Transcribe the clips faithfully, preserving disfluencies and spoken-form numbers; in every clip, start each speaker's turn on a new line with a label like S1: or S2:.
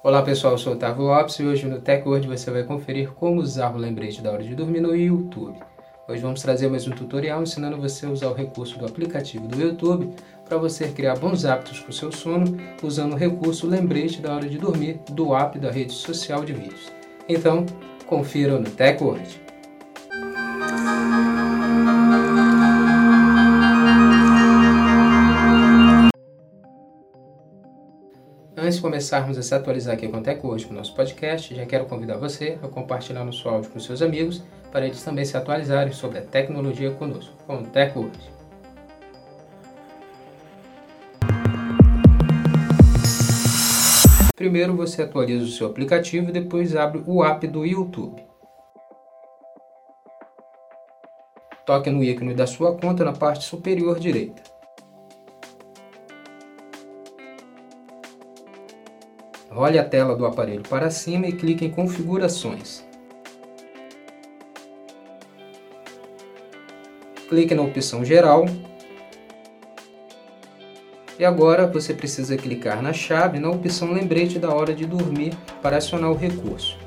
S1: Olá pessoal, eu sou o Otávio Lopes e hoje no TechWord você vai conferir como usar o lembrete da hora de dormir no YouTube. Hoje vamos trazer mais um tutorial ensinando você a usar o recurso do aplicativo do YouTube para você criar bons hábitos com o seu sono usando o recurso lembrete da hora de dormir do app da rede social de vídeos. Então, confira no TechWord. Antes de começarmos a se atualizar aqui com o TechWord, com o nosso podcast, já quero convidar você a compartilhar nosso áudio com seus amigos para eles também se atualizarem sobre a tecnologia conosco, com o TechWord. Primeiro você atualiza o seu aplicativo e depois abre o app do YouTube. Toque no ícone da sua conta na parte superior direita. Role a tela do aparelho para cima e clique em Configurações. Clique na opção Geral. E agora você precisa clicar na chave na opção Lembrete da hora de dormir para acionar o recurso.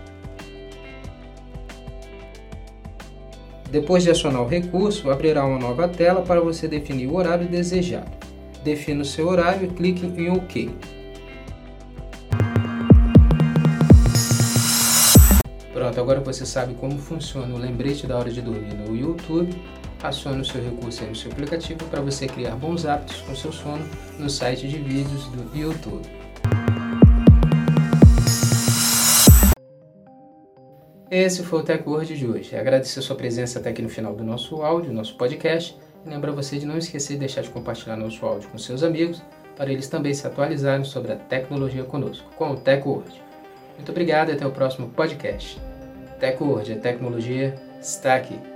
S1: Depois de acionar o recurso, abrirá uma nova tela para você definir o horário desejado. Defina o seu horário e clique em OK. Pronto, agora você sabe como funciona o lembrete da hora de dormir no YouTube. Acione o seu recurso aí no seu aplicativo para você criar bons hábitos com seu sono no site de vídeos do YouTube. Esse foi o TechWord de hoje. Agradecer a sua presença até aqui no final do nosso áudio, nosso podcast. E lembra você de não esquecer de deixar de compartilhar nosso áudio com seus amigos para eles também se atualizarem sobre a tecnologia conosco, com o TechWord. Muito obrigado e até o próximo podcast. TechWord, a tecnologia está aqui.